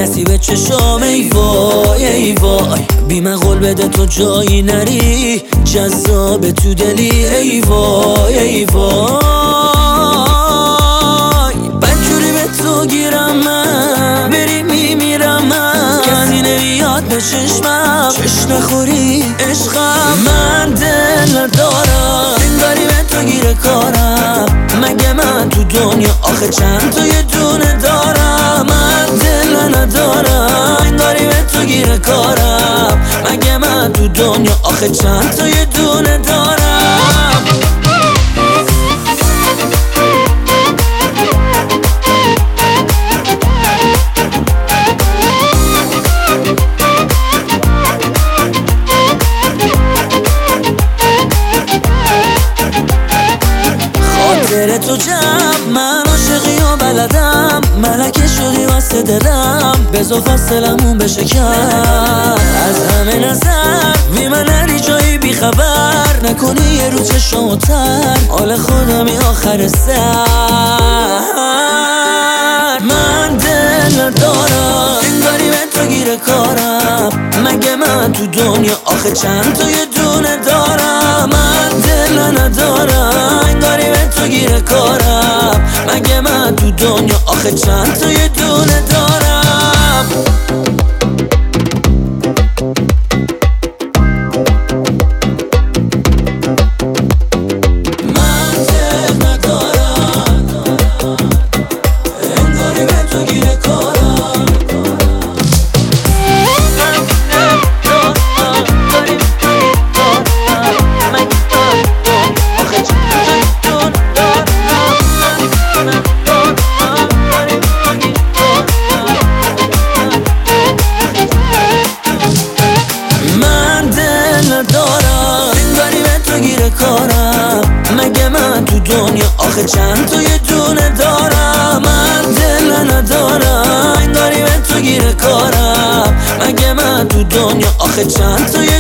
نصیب چشام ای وای ای وای، بی من قول بده تو جایی نری، جذاب تو دلی ای وای ای وای. بدجوری به تو گیرم من، بری میمیرم من، کسی نمیاد به چشمم، چش نخوری عشقم. من دل ندارم انگاری به تو گیر کارم، مگه من تو دنیا آخه چند تا یه دونه دارم. من دل ندارم انگاری به تو گیر کارم، مگه من تو دنیا آخه چند تا یه دونه دارم. خاطر تو جمع من عاشقی و بلدم، ملکه شدی واسه دلم، بذار فاصلمون بشه کم. از همه نظر بی من نری جایی بی خبر، نکنی یه رو چشمتر حال خودمی آخر سر. من دل ندارم انگاری به تو گیر کارم، مگه من تو دنیا آخه چند تا یه دونه دارم. من دل ندارم انگاری به تو گیر کارم، مگه من تو دنیا آخه چند تا یه دونه دارم. مگه من تو دنیا آخه چند تا یه دونه دارم. من دل ندارم انگاری به تو گیر کارم، مگه من تو دنیا آخه چند تا